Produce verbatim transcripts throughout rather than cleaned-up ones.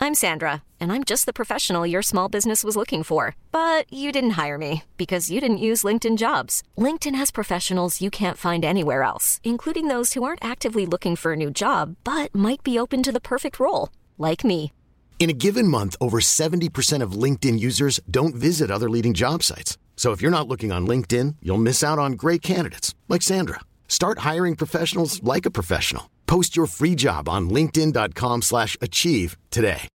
I'm Sandra, and I'm just the professional your small business was looking for. But you didn't hire me because you didn't use LinkedIn Jobs. LinkedIn has professionals you can't find anywhere else, including those who aren't actively looking for a new job, but might be open to the perfect role, like me. In a given month, over seventy percent of LinkedIn users don't visit other leading job sites. So if you're not looking on LinkedIn, you'll miss out on great candidates like Sandra. Start hiring professionals like a professional. Post your free job on linkedin.com slash achieve today.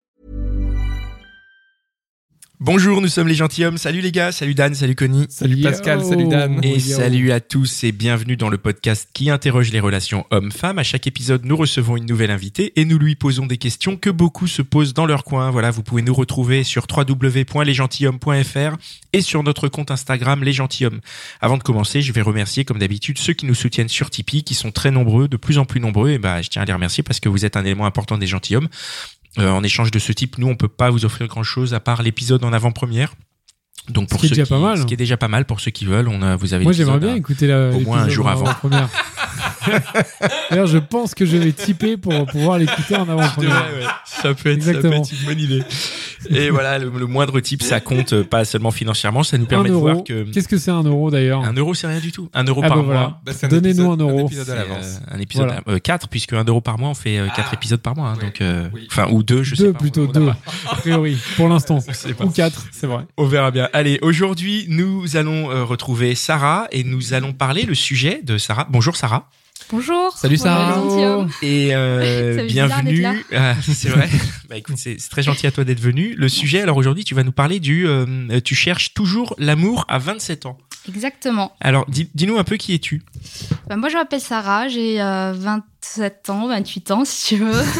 Bonjour, nous sommes les gentilshommes. Salut les gars, salut Dan, salut Connie. Salut Pascal, Yo. salut Dan. Et Yo. salut à tous et bienvenue dans le podcast qui interroge les relations hommes-femmes. À chaque épisode, nous recevons une nouvelle invitée et nous lui posons des questions que beaucoup se posent dans leur coin. Voilà, vous pouvez nous retrouver sur w w w point les gentilshommes point f r et sur notre compte Instagram Les Gentilshommes. Avant de commencer, je vais remercier comme d'habitude ceux qui nous soutiennent sur Tipeee, qui sont très nombreux, de plus en plus nombreux. Et bah, je tiens à les remercier parce que vous êtes un élément important des gentilshommes. Euh, en échange de ce type, nous, on peut pas vous offrir grand-chose à part l'épisode en avant-première. Donc pour Ce qui est ceux déjà qui, pas mal. ce qui est déjà pas mal pour ceux qui veulent, on a, vous avez Moi, l'épisode j'aimerais bien à- écouter la, au moins un l'épisode jour en avant. avant-première. D'ailleurs, je pense que je vais typer pour pouvoir l'écouter en avant-première. Ouais, ouais. Ça peut être, ça peut Exactement. être une bonne idée. Et voilà, le, le moindre type, ça compte euh, pas seulement financièrement, ça nous Un permet de euro. voir que Qu'est-ce que c'est un euro d'ailleurs? un euro, c'est rien du tout. Un euro Ah par bah mois. voilà. Bah, c'est un Donnez-nous épisode- un euro. un épisode à C'est, l'avance. euh, un épisode, Voilà. euh, quatre, puisque un euro par mois, on fait euh, quatre Ah. épisodes par mois. Hein, Ouais. donc, euh, Oui. enfin, ou deux, je sais Deux pas. plutôt, on, on a deux. pas- A priori, pour l'instant. Je sais pas. Ou quatre, c'est vrai. On verra bien. Allez, aujourd'hui, nous allons euh, retrouver Sarah et nous allons parler le sujet de Sarah. Bonjour Sarah. Bonjour. Salut, Sarah. Bonjour, gentilhomme. Et euh, Ça fait bizarre bienvenue. d'être Ah, c'est vrai. Bah écoute, c'est, c'est très gentil à toi d'être venu. Le sujet, alors aujourd'hui, tu vas nous parler du. Euh, tu cherches toujours l'amour à vingt-sept ans. Exactement. Alors, dis, dis-nous un peu qui es-tu. Bah, moi, je m'appelle Sarah, j'ai euh, vingt-sept ans, vingt-huit ans, si tu veux.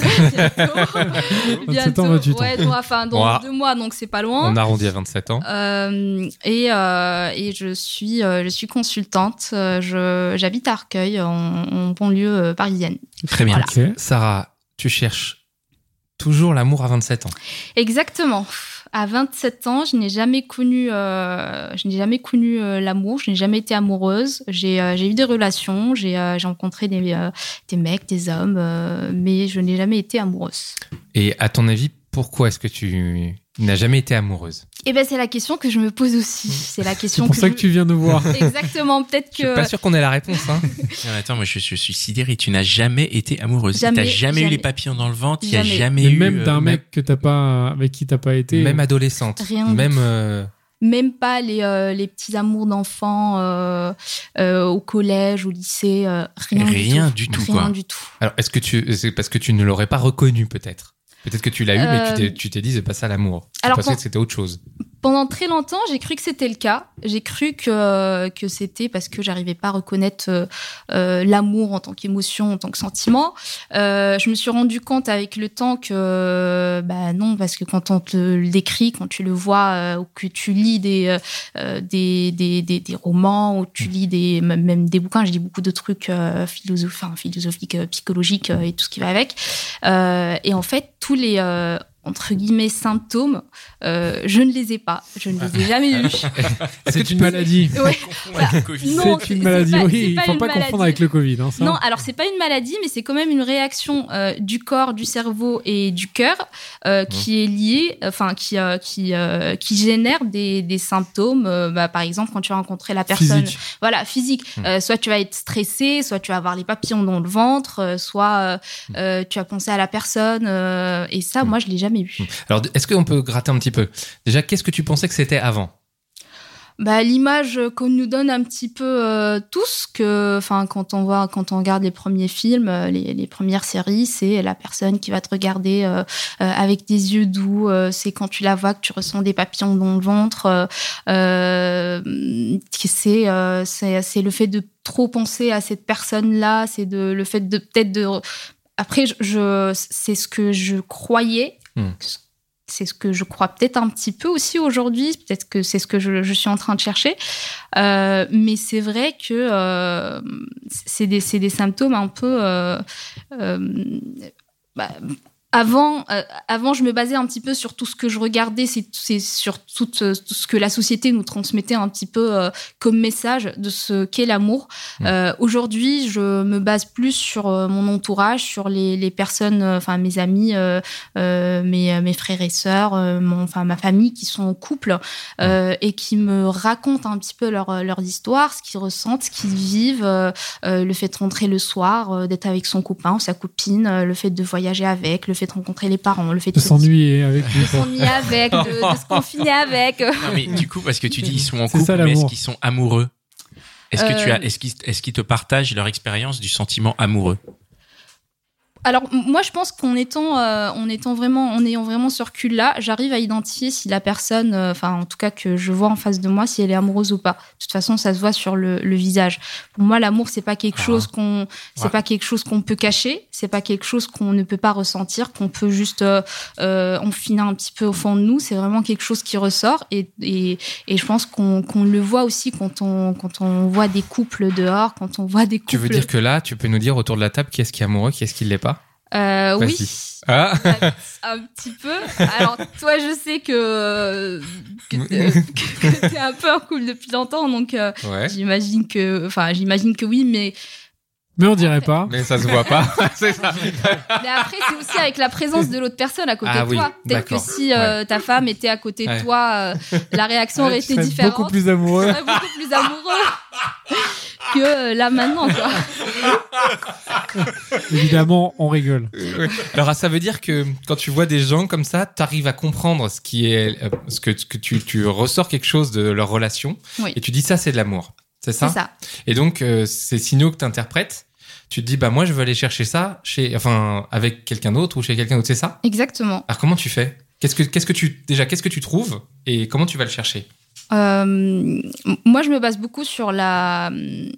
Bientôt. vingt-sept ans, vingt-huit ans. Ouais, donc, enfin, dans Ouah. deux mois, donc c'est pas loin. On arrondit à vingt-sept ans. Euh, et, euh, et je suis, euh, je suis consultante. Euh, Je, j'habite à Arcueil, en, en banlieue euh, parisienne. Très bien. Voilà. Ok. Sarah, tu cherches toujours l'amour à vingt-sept ans. Exactement. À vingt-sept ans, je n'ai jamais connu, euh, je n'ai jamais connu euh, l'amour. Je n'ai jamais été amoureuse. J'ai, euh, j'ai eu des relations, j'ai, euh, j'ai rencontré des, euh, des mecs, des hommes, euh, mais je n'ai jamais été amoureuse. Et à ton avis, pourquoi est-ce que tu n'as jamais été amoureuse? Et ben, c'est la question que je me pose aussi. C'est la C'est question pour que ça je... que tu viens nous voir. Exactement. Peut-être Je suis que pas sûr qu'on ait la réponse. Hein. Non, attends, moi je, je suis sidéré. Tu n'as jamais été amoureuse. Jamais, T'as jamais, eu jamais. les papillons dans le ventre. Il y a Jamais. jamais Mais eu. même euh, d'un même- mec que t'as pas, avec qui t'as pas été. Même adolescente. Rien du Même. tout. euh, même pas les, euh, les petits amours d'enfants euh, euh, au collège, au lycée, euh, rien, Rien du du tout. tout, Rien quoi. du tout. Alors, est-ce que tu, c'est parce que tu ne l'aurais pas reconnu, peut-être? Peut-être que tu l'as eu, mais tu t'es, Euh, tu t'es dit, c'est pas ça l'amour. Tu alors, pensais quand- que c'était autre chose. Pendant très longtemps, j'ai cru que c'était le cas. J'ai cru que que c'était parce que j'arrivais pas à reconnaître euh, euh, l'amour en tant qu'émotion, en tant que sentiment. Euh, je me suis rendu compte avec le temps que bah non, parce que quand on te le décrit, quand tu le vois euh, ou que tu lis des euh, des, des des des romans ou tu lis des même même des bouquins, je lis beaucoup de trucs euh, philosoph- enfin, philosophiques, euh, psychologiques euh, et tout ce qui va avec. Euh, et en fait, tous les euh, entre guillemets symptômes, euh, je ne les ai pas, je ne les ai jamais eus. C'est une maladie. Ouais. Avec le Covid. Non, C'est une c'est- maladie, c'est pas- oui. c'est Il pas faut une pas maladie. confondre avec le Covid. Hein, ça. Non, alors c'est pas une maladie, mais c'est quand même une réaction euh, du corps, du cerveau et du cœur euh, qui est liée, enfin qui euh, qui euh, qui génère des, des symptômes. euh, bah, par exemple, quand tu vas rencontrer la personne, Physique. voilà, physique. Euh, soit tu vas être stressé, soit tu vas avoir les papillons dans le ventre, euh, soit euh, euh, tu vas penser à la personne. euh, et ça, moi, je l'ai jamais eu. Alors, est-ce qu'on peut gratter un petit peu? Déjà, qu'est-ce que tu pensais que c'était avant? Bah, l'image qu'on nous donne un petit peu euh, tous, que, enfin, quand on voit, quand on regarde les premiers films, euh, les, les premières séries, c'est la personne qui va te regarder euh, euh, avec des yeux doux. Euh, c'est quand tu la vois que tu ressens des papillons dans le ventre. Euh, euh, c'est, euh, c'est, c'est le fait de trop penser à cette personne-là. C'est de, le fait de peut-être de. Après, je, je c'est ce que je croyais. Hmm. C'est ce que je crois peut-être un petit peu aussi aujourd'hui. Peut-être que c'est ce que je, je suis en train de chercher. Euh, mais c'est vrai que euh, c'est, des, c'est des symptômes un peu... Euh, euh, bah, Avant, euh, avant, je me basais un petit peu sur tout ce que je regardais, c'est, c'est sur tout, euh, tout ce que la société nous transmettait un petit peu euh, comme message de ce qu'est l'amour. Mmh. Euh, aujourd'hui, je me base plus sur euh, mon entourage, sur les, les personnes, enfin euh, mes amis, euh, euh, mes, mes frères et sœurs, euh, mon, enfin ma famille qui sont en couple euh, mmh. et qui me racontent un petit peu leur, leurs histoires, ce qu'ils ressentent, ce qu'ils vivent, euh, euh, le fait de rentrer le soir, euh, d'être avec son copain ou sa copine, euh, le fait de voyager avec, le fait de rencontrer les parents, le fait de, de s'ennuyer avec, de s'ennuyer avec, de, de se confiner avec. Non, mais du coup, parce que tu dis ils sont en c'est couple, ça, mais est-ce qu'ils sont amoureux? Est-ce que euh... tu as, est-ce qu'ils, est-ce qu'ils te partagent leur expérience du sentiment amoureux? Alors moi je pense qu'en étant euh, en étant vraiment en ayant vraiment ce recul là, j'arrive à identifier si la personne, enfin euh, en tout cas que je vois en face de moi, si elle est amoureuse ou pas. De toute façon ça se voit sur le, le visage. Pour moi l'amour c'est pas quelque ah. chose qu'on c'est ouais. pas quelque chose qu'on peut cacher, c'est pas quelque chose qu'on ne peut pas ressentir, qu'on peut juste euh, euh, enfiner un petit peu au fond de nous. C'est vraiment quelque chose qui ressort et et, et je pense qu'on qu'on le voit aussi quand on quand on voit des couples dehors, quand on voit des couples. Tu veux dire que là tu peux nous dire autour de la table qui est-ce qui est amoureux, qui est-ce qui l'est pas? Euh, oui, ah. un, un petit peu. Alors toi, je sais que que, euh, que t'es un peu en couple depuis longtemps, donc euh, ouais. j'imagine que, enfin, j'imagine que oui, mais mais on dirait pas. Mais ça se voit pas. C'est ça. Mais après, c'est aussi avec la présence de l'autre personne à côté ah, de oui, toi. Peut-être d'accord. que si euh, ouais. ta femme était à côté de ouais. toi, euh, la réaction ouais, aurait été différente. Beaucoup plus amoureux. Tu serais beaucoup plus amoureux que là maintenant, quoi. Évidemment, on rigole. Alors, ça veut dire que quand tu vois des gens comme ça, t'arrives à comprendre ce qui est, euh, ce que, que tu, tu ressors quelque chose de leur relation oui. et tu dis ça, c'est de l'amour. C'est ça? C'est ça. Et donc, euh, ces signaux que t'interprètes, tu te dis, bah, moi, je veux aller chercher ça chez, enfin, avec quelqu'un d'autre ou chez quelqu'un d'autre, c'est ça? Exactement. Alors, comment tu fais? Qu'est-ce que, qu'est-ce que tu, déjà, qu'est-ce que tu trouves et comment tu vas le chercher? Euh, moi, je me base beaucoup sur la,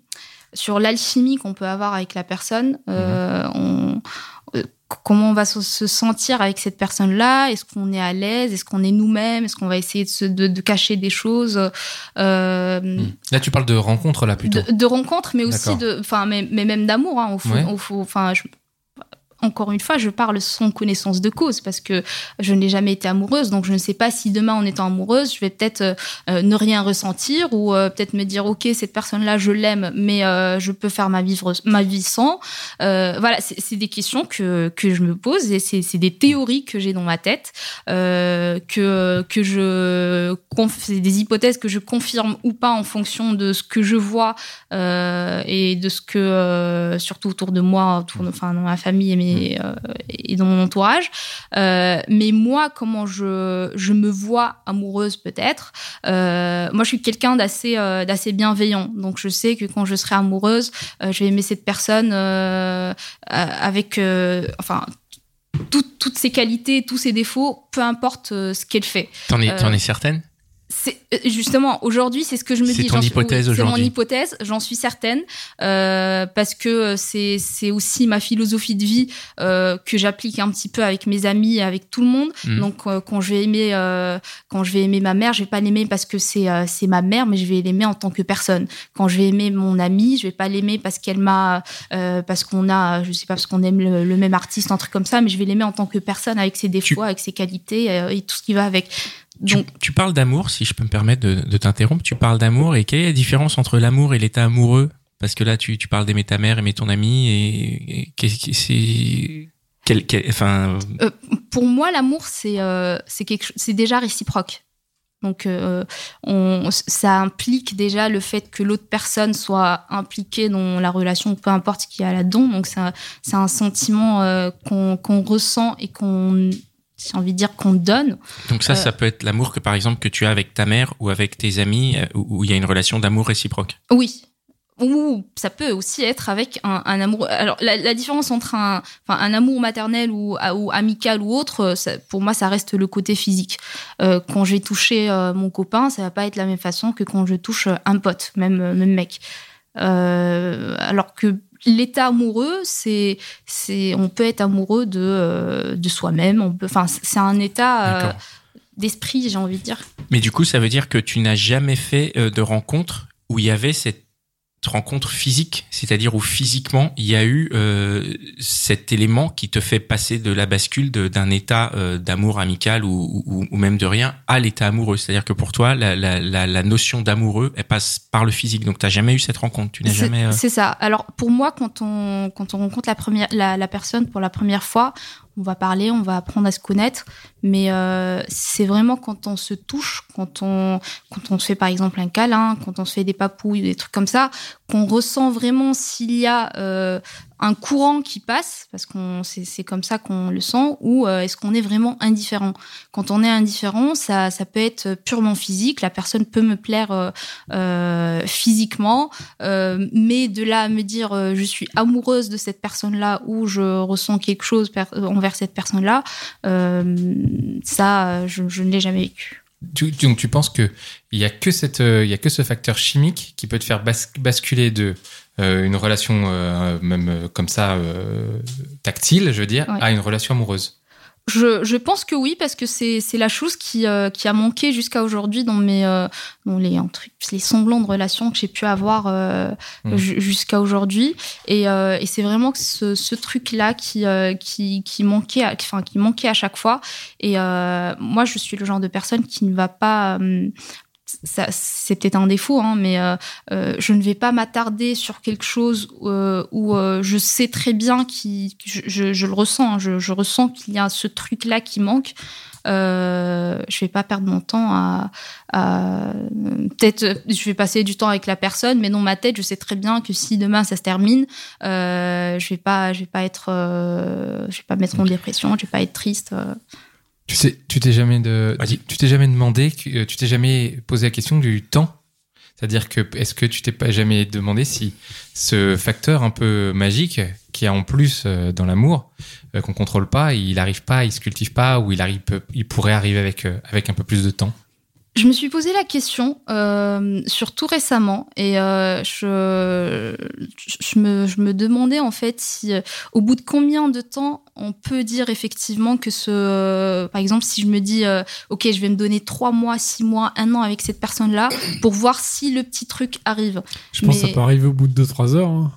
sur l'alchimie qu'on peut avoir avec la personne. Euh, mmh. on, euh, comment on va se, se sentir avec cette personne-là? Est-ce qu'on est à l'aise? Est-ce qu'on est nous-mêmes? Est-ce qu'on va essayer de, se, de, de cacher des choses? euh, mmh. Là, tu parles de rencontres, là, plutôt. De, de rencontres, mais aussi de, enfin, mais, mais même d'amour. Hein, au fond, ouais. au fond, enfin, je, encore une fois, je parle sans connaissance de cause parce que je n'ai jamais été amoureuse, donc je ne sais pas si demain, en étant amoureuse, je vais peut-être euh, ne rien ressentir ou euh, peut-être me dire, ok, cette personne-là, je l'aime, mais euh, je peux faire ma, vivre, ma vie sans. Euh, voilà, c'est, c'est des questions que que je me pose et c'est, c'est des théories que j'ai dans ma tête, euh, que que je c'est des hypothèses que je confirme ou pas en fonction de ce que je vois euh, et de ce que euh, surtout autour de moi, autour de, enfin dans ma famille et mes Et, euh, et dans mon entourage. Euh, mais moi, comment je, je me vois amoureuse peut-être, euh, moi je suis quelqu'un d'assez, euh, d'assez bienveillant. Donc je sais que quand je serai amoureuse, euh, je vais aimer cette personne euh, avec euh, enfin, tout, toutes ses qualités, tous ses défauts, peu importe euh, ce qu'elle fait. T'en es, euh, t'en es certaine? C'est, justement, aujourd'hui, c'est ce que je me c'est dis. Ton hypothèse oui, aujourd'hui. C'est mon hypothèse, j'en suis certaine, euh, parce que c'est, c'est aussi ma philosophie de vie euh, que j'applique un petit peu avec mes amis, avec tout le monde. Mmh. Donc, euh, quand je vais aimer, euh, quand je vais aimer ma mère, je vais pas l'aimer parce que c'est euh, c'est ma mère, mais je vais l'aimer en tant que personne. Quand je vais aimer mon amie, je vais pas l'aimer parce qu'elle m'a, euh, parce qu'on a, je sais pas, parce qu'on aime le, le même artiste, un truc comme ça, mais je vais l'aimer en tant que personne avec ses défauts, tu... avec ses qualités euh, et tout ce qui va avec. Donc, tu, tu parles d'amour, si je peux me permettre de, de t'interrompre, tu parles d'amour et quelle est la différence entre l'amour et l'état amoureux? Parce que là, tu, tu parles d'aimer ta mère, aimer ton ami et, et qu'est-ce que c'est, quel, quel, enfin. Euh, pour moi, l'amour, c'est, euh, c'est quelque chose, c'est déjà réciproque. Donc, euh, on, ça implique déjà le fait que l'autre personne soit impliquée dans la relation, peu importe ce qu'il y a là-dedans. Donc, c'est un, c'est un sentiment euh, qu'on, qu'on ressent et qu'on j'ai envie de dire qu'on donne. Donc ça, euh, ça peut être l'amour que, par exemple, que tu as avec ta mère ou avec tes amis, où il y a une relation d'amour réciproque. Oui. Ou ça peut aussi être avec un, un amour. Alors, la, la différence entre un, enfin, un amour maternel ou, ou amical ou autre, ça, pour moi, ça reste le côté physique. Euh, quand je vais toucher euh, mon copain, ça va pas être la même façon que quand je touche un pote, même, même mec. Euh, alors que l'état amoureux, c'est, c'est, on peut être amoureux de, euh, de soi-même. On peut, enfin, c'est un état euh, d'esprit, j'ai envie de dire. Mais du coup, ça veut dire que tu n'as jamais fait euh, de rencontre où il y avait cette rencontre physique, c'est-à-dire où physiquement il y a eu euh, cet élément qui te fait passer de la bascule de, d'un état euh, d'amour amical ou, ou, ou même de rien à l'état amoureux. C'est-à-dire que pour toi, la, la, la, la notion d'amoureux, elle passe par le physique. Donc t'as jamais eu cette rencontre, tu n'as c'est, jamais. Euh... C'est ça. Alors pour moi, quand on quand on rencontre la première la, la personne pour la première fois, on va parler, on va apprendre à se connaître, mais euh, c'est vraiment quand on se touche, quand on quand on se fait par exemple un câlin, quand on se fait des papouilles, des trucs comme ça, qu'on ressent vraiment s'il y a euh, un courant qui passe, parce qu'on c'est, c'est comme ça qu'on le sent, ou euh, est-ce qu'on est vraiment indifférent. Quand on est indifférent, ça ça peut être purement physique, la personne peut me plaire euh, euh, physiquement, euh, mais de là à me dire euh, je suis amoureuse de cette personne-là ou je ressens quelque chose per- envers cette personne-là, euh, ça je, je ne l'ai jamais vécu. Tu, donc tu penses que il y a que cette euh, il y a que ce facteur chimique qui peut te faire bas- basculer de euh, une relation euh, même euh, comme ça euh, tactile, je veux dire, ouais. à une relation amoureuse. Je, je pense que oui, parce que c'est, c'est la chose qui, euh, qui a manqué jusqu'à aujourd'hui dans mes, euh, dans les, entre, les semblants de relations que j'ai pu avoir euh, mmh. j- jusqu'à aujourd'hui. Et, euh, et c'est vraiment ce, ce truc-là qui, euh, qui, qui manquait, à, enfin, qui manquait à chaque fois. Et euh, moi, je suis le genre de personne qui ne va pas. Euh, Ça, c'est peut-être un défaut, hein, mais euh, euh, je ne vais pas m'attarder sur quelque chose euh, où euh, je sais très bien qu'il, je, je, je le ressens, hein, je, je ressens qu'il y a ce truc-là qui manque. Euh, je vais pas perdre mon temps à, à peut-être je vais passer du temps avec la personne, mais dans ma tête, je sais très bien que si demain ça se termine, euh, je vais pas, je vais pas être, euh, je vais pas mettre en dépression, je vais pas être triste. Euh. Tu t'es, tu t'es jamais de, tu t'es jamais demandé, tu t'es jamais posé la question du temps. C'est-à-dire que, est-ce que tu t'es pas jamais demandé si ce facteur un peu magique, qui est en plus dans l'amour, euh, qu'on contrôle pas, il arrive pas, il se cultive pas, ou il arrive, il pourrait arriver avec, avec un peu plus de temps? Je me suis posé la question, euh, surtout récemment, et euh, je, je, me, je me demandais en fait si, euh, au bout de combien de temps on peut dire effectivement que ce, euh, par exemple, si je me dis, euh, ok, je vais me donner trois mois, six mois, un an avec cette personne-là pour voir si le petit truc arrive. Je pense Mais... que ça peut arriver au bout de deux trois heures. Hein.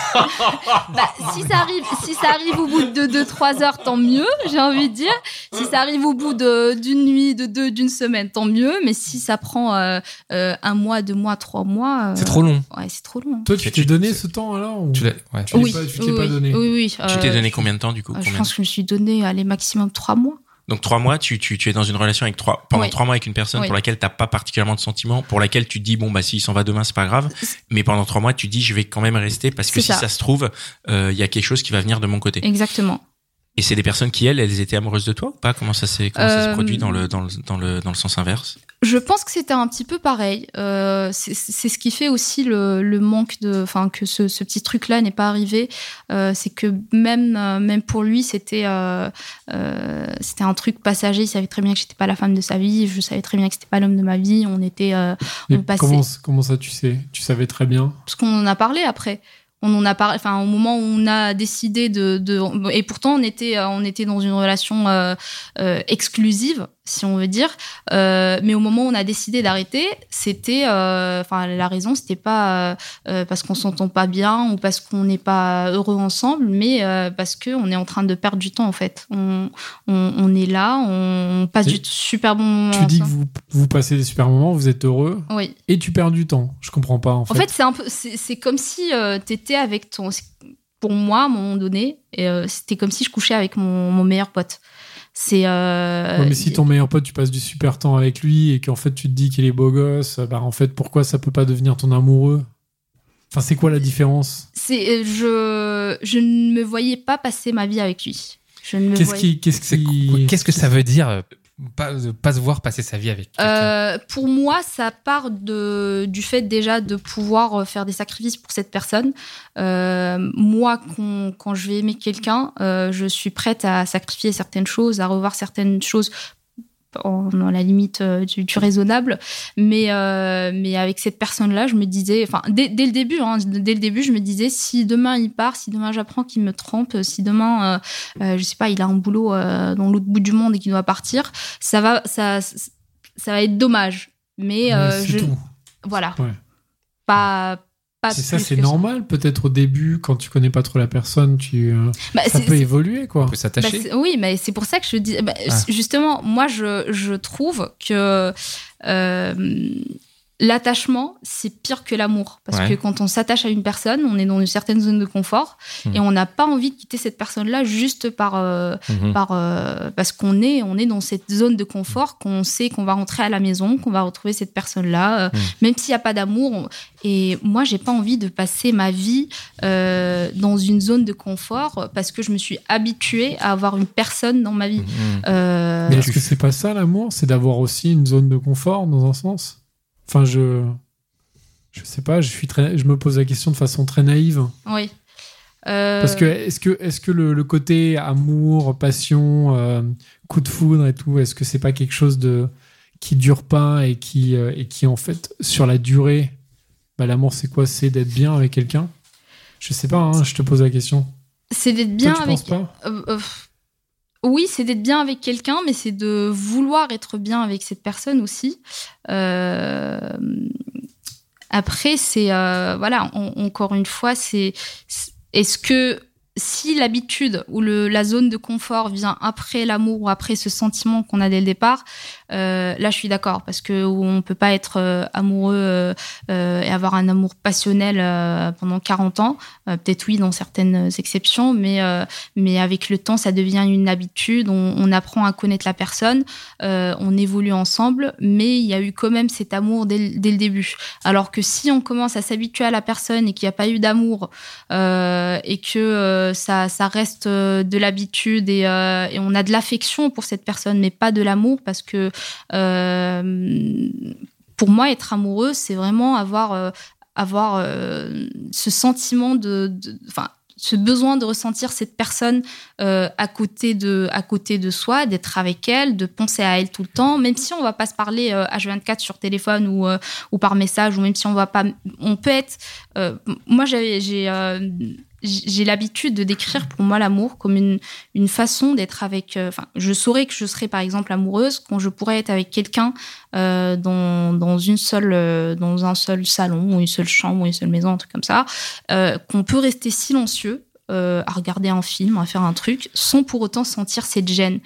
bah, si ça arrive, si ça arrive au bout de deux trois heures, tant mieux, j'ai envie de dire. Si ça arrive au bout de, d'une nuit, de deux, d'une semaine, tant mieux. Mais si ça prend euh, euh, un mois, deux mois, trois mois, euh, c'est trop long. Ouais, c'est trop long. Toi, tu t'es donné ce temps alors ou... Tu l'as, ouais. tu oui, pas, tu t'es oui, pas oui, donné. Oui, oui. Euh, tu t'es donné combien de temps du coup? euh, Je combien pense que je me suis donné allez maximum trois mois. Donc trois mois, tu, tu, tu es dans une relation avec trois, pendant oui. trois mois avec une personne oui. pour laquelle t'as pas particulièrement de sentiments, pour laquelle tu te dis bon bah s'il s'en va demain c'est pas grave, mais pendant trois mois tu dis je vais quand même rester parce que c'est si ça. ça se trouve il euh, y a quelque chose qui va venir de mon côté. Exactement. Et c'est des personnes qui elles, elles étaient amoureuses de toi ou pas? Comment ça s'est, comment euh, ça se produit dans le dans le dans le dans le sens inverse? Je pense que c'était un petit peu pareil. Euh, c'est, c'est ce qui fait aussi le, le manque de, enfin que ce, ce petit truc-là n'est pas arrivé. Euh, c'est que même euh, même pour lui, c'était euh, euh, c'était un truc passager. Il savait très bien que j'étais pas la femme de sa vie. Je savais très bien que c'était pas l'homme de ma vie. On était, euh, on passait. Comment comment ça tu sais? Tu savais très bien? Parce qu'on en a parlé après. On en a parlé, enfin au moment où on a décidé de, de et pourtant on était on était dans une relation euh, euh, exclusive si on veut dire, euh, mais au moment où on a décidé d'arrêter, c'était, enfin euh, la raison c'était pas euh, parce qu'on s'entend pas bien ou parce qu'on n'est pas heureux ensemble, mais euh, parce que on est en train de perdre du temps en fait. On on, on est là, on passe et du super bon moment. Tu dis que vous vous passez des super moments, vous êtes heureux. Oui. Et tu perds du temps. Je comprends pas en fait. En fait c'est un peu c'est, c'est comme si euh, t'étais avec ton, pour moi à un moment donné, et, euh, c'était comme si je couchais avec mon, mon meilleur pote. C'est euh... ouais, mais si ton meilleur pote tu passes du super temps avec lui et qu'en fait tu te dis qu'il est beau gosse, bah en fait pourquoi ça peut pas devenir ton amoureux? Enfin c'est quoi la différence? C'est je je ne me voyais pas passer ma vie avec lui. Je ne me qu'est-ce voyais... qui qu'est-ce qui qu'est-ce que ça veut dire? Pas, pas se voir passer sa vie avec quelqu'un. Euh, pour moi, ça part de, du fait déjà de pouvoir faire des sacrifices pour cette personne. Euh, moi, quand, quand je vais aimer quelqu'un, euh, je suis prête à sacrifier certaines choses, à revoir certaines choses en, dans la limite euh, du, du raisonnable. Mais, euh, mais avec cette personne-là, je me disais, enfin, dès, dès le début, hein, dès le début, je me disais, si demain il part, si demain j'apprends qu'il me trompe, si demain, euh, euh, je sais pas, il a un boulot euh, dans l'autre bout du monde et qu'il doit partir, ça va, ça, ça va être dommage. Mais, euh, c'est je, tout. voilà, ouais. pas, Pas c'est ça, plus c'est que normal. Peut-être au début, quand tu connais pas trop la personne, tu, euh, Bah, ça c'est- peut c'est- évoluer, quoi. On peut s'attacher. Bah, c'est- oui, mais c'est pour ça que je dis. Bah, Ah. Justement, moi, je, je trouve que euh, l'attachement, c'est pire que l'amour. Parce Ouais. que quand on s'attache à une personne, on est dans une certaine zone de confort Mhm. et on n'a pas envie de quitter cette personne-là juste par, euh, Mhm. par, euh, parce qu'on est, on est dans cette zone de confort, qu'on sait qu'on va rentrer à la maison, qu'on va retrouver cette personne-là, euh, Mhm. même s'il n'y a pas d'amour. on- Et moi, j'ai pas envie de passer ma vie euh, dans une zone de confort parce que je me suis habituée à avoir une personne dans ma vie. Mhm. Euh, Mais est-ce que c'est pas ça l'amour? C'est d'avoir aussi une zone de confort dans un sens? Enfin, je. Je sais pas, je, suis très, je me pose la question de façon très naïve. Oui. Euh, Parce que est-ce que, est-ce que le, le côté amour, passion, euh, coup de foudre et tout, est-ce que c'est pas quelque chose de qui dure pas et qui, euh, et qui en fait, sur la durée, bah, l'amour c'est quoi? C'est d'être bien avec quelqu'un? Je sais pas, hein, je te pose la question. c'est d'être bien Toi, tu avec. penses pas? Euh, euh, oui, c'est d'être bien avec quelqu'un, mais c'est de vouloir être bien avec cette personne aussi. Euh, Après, c'est euh, voilà, on- encore une fois, c'est c'est- est-ce que si l'habitude ou le, la zone de confort vient après l'amour ou après ce sentiment qu'on a dès le départ, euh, là, je suis d'accord parce que on peut pas être euh, amoureux euh, euh, et avoir un amour passionnel euh, pendant quarante ans. Euh, peut-être oui dans certaines exceptions, mais euh, mais avec le temps, ça devient une habitude. On, on apprend à connaître la personne, euh, on évolue ensemble, mais il y a eu quand même cet amour dès, le- dès le début. Alors que si on commence à s'habituer à la personne et qu'il n'y a pas eu d'amour euh, et que euh, ça, ça reste euh, de l'habitude et, euh, et on a de l'affection pour cette personne, mais pas de l'amour, parce que euh, pour moi, être amoureux, c'est vraiment avoir, euh, avoir euh, ce sentiment de, de, enfin, ce besoin de ressentir cette personne euh, à côté de à côté de soi, d'être avec elle, de penser à elle tout le temps, même si on va pas se parler euh, H vingt-quatre sur téléphone ou euh, ou par message, ou même si on va pas, on peut être. Euh, moi, j'avais j'ai euh, j'ai l'habitude de décrire pour moi l'amour comme une une façon d'être avec. Enfin, euh, je saurais que je serais par exemple amoureuse quand je pourrais être avec quelqu'un euh, dans dans une seule euh, dans un seul salon ou une seule chambre ou une seule maison, un truc comme ça, euh, qu'on peut rester silencieux. Euh, à regarder un film, à faire un truc, sans pour autant sentir cette gêne.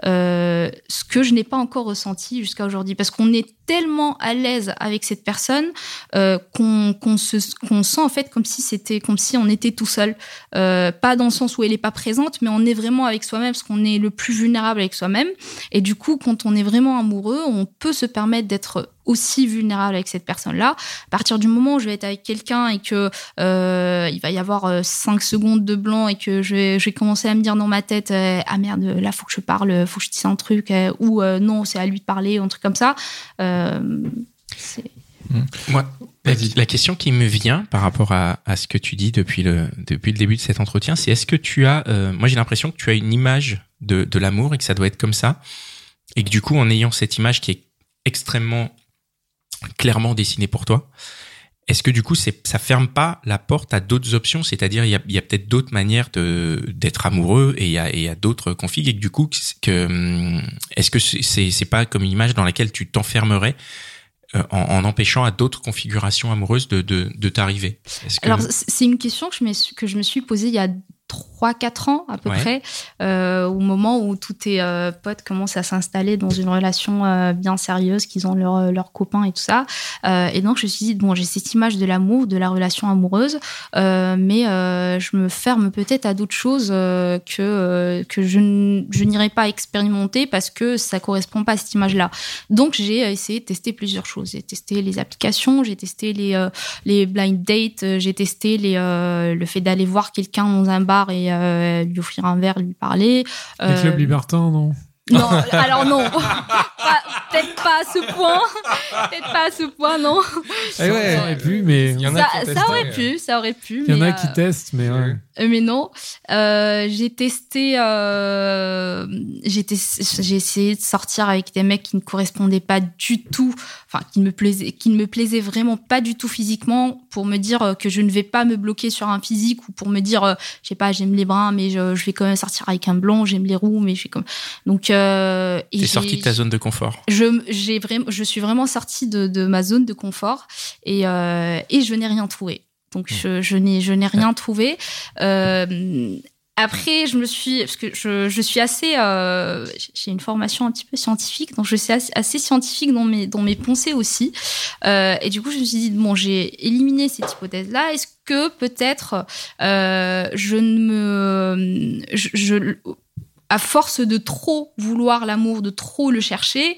Euh, ce que je n'ai pas encore ressenti jusqu'à aujourd'hui, parce qu'on est tellement à l'aise avec cette personne euh, qu'on qu'on se qu'on sent en fait comme si c'était comme si on était tout seul, euh, pas dans le sens où elle est pas présente, mais on est vraiment avec soi-même, parce qu'on est le plus vulnérable avec soi-même. Et du coup, quand on est vraiment amoureux, on peut se permettre d'être aussi vulnérable avec cette personne-là. À partir du moment où je vais être avec quelqu'un et que euh, il va y avoir euh, cinq secondes de blanc et que je vais, je vais commencer à me dire dans ma tête euh, ah merde, là faut que je parle, faut que je dise un truc, euh, ou euh, non, c'est à lui de parler, ou un truc comme ça. Euh, c'est... Moi, la, la question qui me vient par rapport à, à ce que tu dis depuis le, depuis le début de cet entretien, c'est est-ce que tu as... Euh, moi, j'ai l'impression que tu as une image de, de l'amour et que ça doit être comme ça. Et que du coup, en ayant cette image qui est extrêmement clairement dessinée pour toi, est-ce que du coup, c'est, ça ferme pas la porte à d'autres options? C'est-à-dire, il y a, il y a peut-être d'autres manières de, d'être amoureux et il y a, et il y a d'autres configs, et que du coup, que, est-ce que c'est, c'est, c'est pas comme une image dans laquelle tu t'enfermerais euh, en, en empêchant à d'autres configurations amoureuses de, de, de t'arriver? Est-ce que... Alors, c'est une question que je, me suis, que je me suis posée il y a trois quatre ans à peu Ouais. près, euh, au moment où tous tes euh, potes commencent à s'installer dans une relation euh, bien sérieuse, qu'ils ont leurs leur copains et tout ça. Euh, et donc, je me suis dit, bon, j'ai cette image de l'amour, de la relation amoureuse, euh, mais euh, je me ferme peut-être à d'autres choses euh, que, euh, que je, n- je n'irai pas expérimenter parce que ça correspond pas à cette image-là. Donc, j'ai essayé de tester plusieurs choses. J'ai testé les applications, j'ai testé les, euh, les blind dates, euh, j'ai testé les, euh, le fait d'aller voir quelqu'un dans un bar et euh, lui offrir un verre, lui parler. Les Euh, clubs libertins, non? non, alors non, Pas- peut-être pas à ce point, peut-être pas à ce point, non. Eh ouais. Ça aurait pu, mais Il y en a Ça, qui ont ça testé, aurait euh. pu, ça aurait pu. il y en mais, a qui euh, testent, mais ouais. euh, mais non. Euh, j'ai testé, euh, j'ai, tes- j'ai essayé de sortir avec des mecs qui ne correspondaient pas du tout, enfin qui ne me plaisaient, qui ne me plaisaient vraiment pas du tout physiquement, pour me dire euh, que je ne vais pas me bloquer sur un physique, ou pour me dire, euh, je sais pas, j'aime les bruns, mais je, je vais quand même sortir avec un blond, j'aime les roux, mais je vais comme. Donc, euh, et T'es j'ai- sorti de ta zone de confort. je, j'ai vraiment, je suis vraiment sortie de, de ma zone de confort et, euh, et je n'ai rien trouvé. Donc je, je n'ai je n'ai rien trouvé. Euh, Après, je me suis, parce que je, je suis assez, euh, j'ai une formation un petit peu scientifique, donc je suis assez, assez scientifique dans mes, dans mes pensées aussi. Euh, et du coup, je me suis dit, bon, j'ai éliminé cette hypothèse-là. Est-ce que peut-être, euh, je ne me, je, je à force de trop vouloir l'amour, de trop le chercher,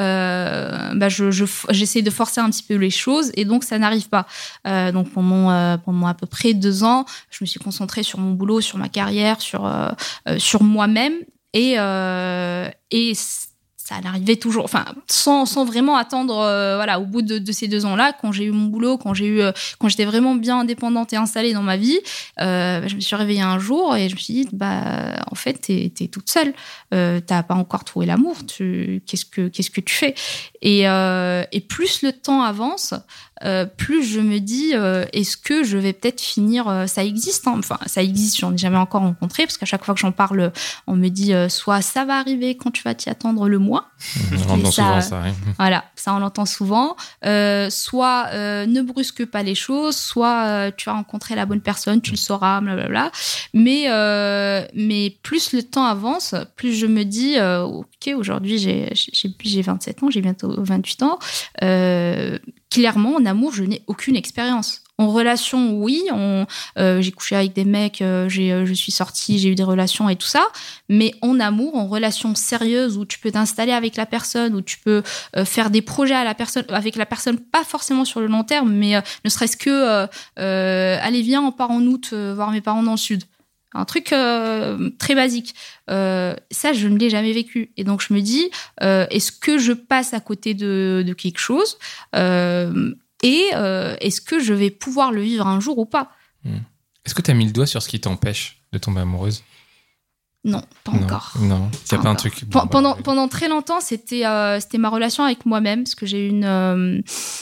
euh, bah je, je, j'essaie de forcer un petit peu les choses et donc ça n'arrive pas. Euh, donc pendant, euh, pendant à peu près deux ans, je me suis concentrée sur mon boulot, sur ma carrière, sur, euh, euh, sur moi-même et, euh, et ça n'arrivait toujours, enfin, sans, sans vraiment attendre, euh, voilà, au bout de, de ces deux ans-là, quand j'ai eu mon boulot, quand j'ai eu, euh, quand j'étais vraiment bien indépendante et installée dans ma vie, euh, je me suis réveillée un jour et je me suis dit, bah, en fait, t'es, t'es toute seule, euh, t'as pas encore trouvé l'amour, tu, qu'est-ce que, qu'est-ce que tu fais? Et, euh, et plus le temps avance, euh, plus je me dis, euh, est-ce que je vais peut-être finir, euh, ça existe, hein, enfin, ça existe, j'en ai jamais encore rencontré, parce qu'à chaque fois que j'en parle, on me dit, euh, soit ça va arriver quand tu vas t'y attendre le mois. On entend souvent ça. Hein. Voilà, ça on l'entend souvent. Euh, soit euh, ne brusque pas les choses, soit euh, tu vas rencontrer la bonne personne, tu le sauras, blablabla. Mais euh, mais plus le temps avance, plus je me dis, euh, ok, aujourd'hui j'ai j'ai j'ai vingt-sept ans, j'ai bientôt vingt-huit ans. Euh, clairement, en amour, je n'ai aucune expérience. En relation, oui, on, euh, j'ai couché avec des mecs, euh, j'ai, euh, je suis sortie, j'ai eu des relations et tout ça. Mais en amour, en relation sérieuse, où tu peux t'installer avec la personne, où tu peux euh, faire des projets à la personne, avec la personne, pas forcément sur le long terme, mais euh, ne serait-ce que, euh, euh, allez, viens, on part en août euh, voir mes parents dans le sud. Un truc euh, très basique. Euh, ça, je ne l'ai jamais vécu. Et donc, je me dis, euh, est-ce que je passe à côté de, de quelque chose euh, et euh, est-ce que je vais pouvoir le vivre un jour ou pas? Mmh. Est-ce que tu as mis le doigt sur ce qui t'empêche de tomber amoureuse? Non, pas non, encore. Non, il n'y a pas un truc... Bon, pendant, bah, pendant très longtemps, c'était, euh, c'était ma relation avec moi-même, parce que j'ai une... Euh,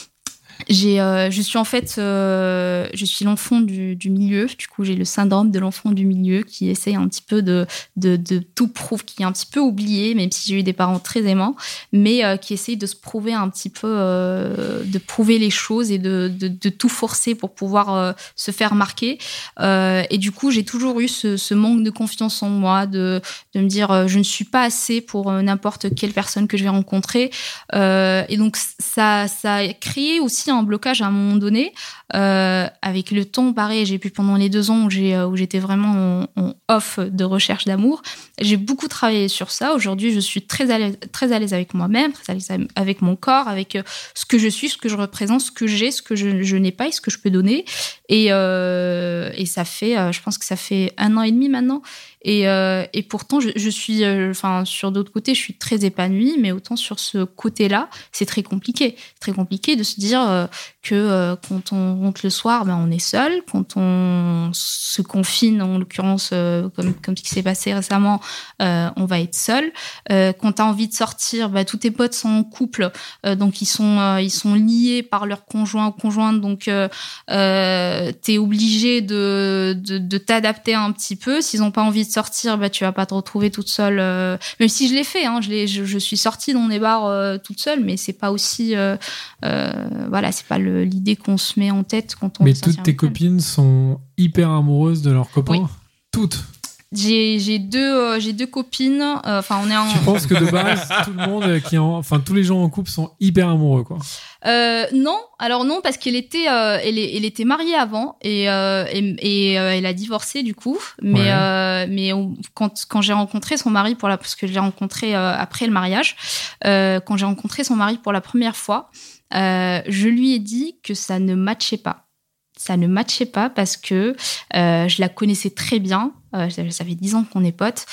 J'ai, euh, je suis en fait, euh, je suis l'enfant du, du milieu. Du coup, j'ai le syndrome de l'enfant du milieu qui essaye un petit peu de, de, de tout prouver, qui est un petit peu oublié, même si j'ai eu des parents très aimants, mais euh, qui essaye de se prouver un petit peu, euh, de prouver les choses et de, de, de tout forcer pour pouvoir euh, se faire marquer. Euh, et du coup, j'ai toujours eu ce, ce manque de confiance en moi, de, de me dire, euh, je ne suis pas assez pour euh, n'importe quelle personne que je vais rencontrer. Euh, et donc, ça, ça a créé aussi un blocage à un moment donné. Euh, avec le temps, pareil, j'ai pu pendant les deux ans où, j'ai, où j'étais vraiment en, en off de recherche d'amour, j'ai beaucoup travaillé sur ça. Aujourd'hui, je suis très à l'aise, très à l'aise avec moi-même, très à l'aise avec mon corps, avec ce que je suis, ce que je représente, ce que j'ai, ce que je, je n'ai pas et ce que je peux donner. Et, euh, et ça fait, je pense que ça fait un an et demi maintenant. Et, euh, et pourtant, je, je suis, enfin, euh, sur d'autres côtés, je suis très épanouie, mais autant sur ce côté-là, c'est très compliqué. C'est très compliqué de se dire euh, que euh, quand on rentre le soir, ben, on est seul. Quand on se confine, en l'occurrence, euh, comme, comme ce qui s'est passé récemment, euh, on va être seul. Euh, quand tu as envie de sortir, ben, tous tes potes sont en couple, euh, donc ils sont, euh, ils sont liés par leur conjoint ou conjointe, donc euh, euh, tu es obligé de, de, de t'adapter un petit peu. S'ils n'ont pas envie de sortir, bah tu vas pas te retrouver toute seule. Euh, même si je l'ai fait, hein, je, l'ai, je, je suis sortie dans des bars euh, toute seule, mais c'est pas aussi, euh, euh, voilà, c'est pas le, l'idée qu'on se met en tête quand on. Mais toutes tes copines sont hyper amoureuses de leurs copains. Oui. Toutes. J'ai, j'ai deux, euh, j'ai deux copines. Enfin, euh, on est en. Tu penses que de base, tout le monde qui, en, enfin, tous les gens en couple sont hyper amoureux, quoi. Euh, non, alors non, parce qu'elle était, euh, elle, elle était mariée avant et, euh, et, et euh, elle a divorcé du coup. Mais, ouais. euh, mais on, quand, quand j'ai rencontré son mari pour la, parce que je l'ai rencontré euh, après le mariage, euh, quand j'ai rencontré son mari pour la première fois, euh, je lui ai dit que ça ne matchait pas. Ça ne matchait pas parce que euh, je la connaissais très bien. Euh, ça fait dix ans qu'on est potes.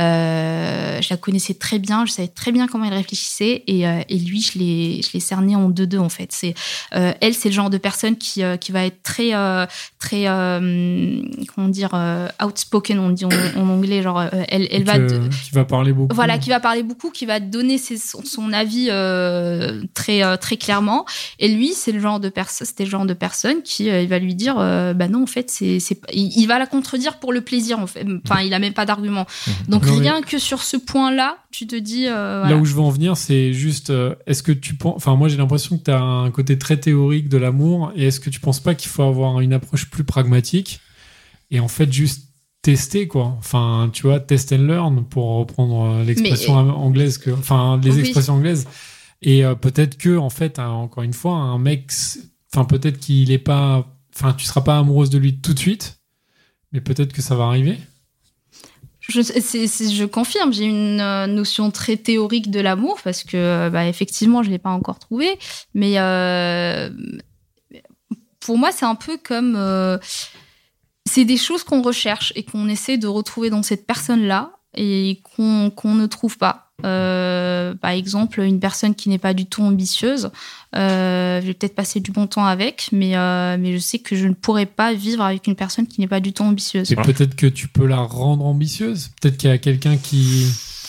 Euh, je la connaissais très bien. Je savais très bien comment elle réfléchissait. Et, euh, et lui, je l'ai, je l'ai cerné en deux-deux, en fait. C'est, euh, elle, c'est le genre de personne qui, euh, qui va être très, euh, très euh, comment dire, euh, outspoken, on dit en, en anglais. Genre, euh, elle, elle va... Que, qui va parler beaucoup. Voilà, qui va parler beaucoup, qui va donner ses, son, son avis euh, très, euh, très clairement. Et lui, c'est le genre de personne, c'était le genre de personne qui euh, il va lui dire, euh, bah non, en fait, c'est, c'est, il, il va la contredire pour le plaisir, en fait. fait. Enfin, il a même pas d'argument. Donc Non, rien mais... que sur ce point-là, tu te dis. Euh, Là voilà. où je veux en venir, c'est juste, euh, est-ce que tu penses, enfin moi j'ai l'impression que tu as un côté très théorique de l'amour, et est-ce que tu penses pas qu'il faut avoir une approche plus pragmatique et en fait juste tester quoi, enfin tu vois, test and learn pour reprendre l'expression Mais... anglaise que, enfin les oui. expressions anglaises, et euh, peut-être que en fait hein, encore une fois un mec, enfin peut-être qu'il est pas, enfin tu seras pas amoureuse de lui tout de suite, mais peut-être que ça va arriver. Je, c'est, c'est, je confirme, j'ai une euh, notion très théorique de l'amour parce que, bah, effectivement, je ne l'ai pas encore trouvé. Mais euh, pour moi, c'est un peu comme... Euh, c'est des choses qu'on recherche et qu'on essaie de retrouver dans cette personne-là et qu'on, qu'on ne trouve pas. Euh, par exemple, une personne qui n'est pas du tout ambitieuse, euh, je vais peut-être passer du bon temps avec, mais, euh, mais je sais que je ne pourrais pas vivre avec une personne qui n'est pas du tout ambitieuse. Et peut-être que tu peux la rendre ambitieuse. Peut-être qu'il y a quelqu'un qui...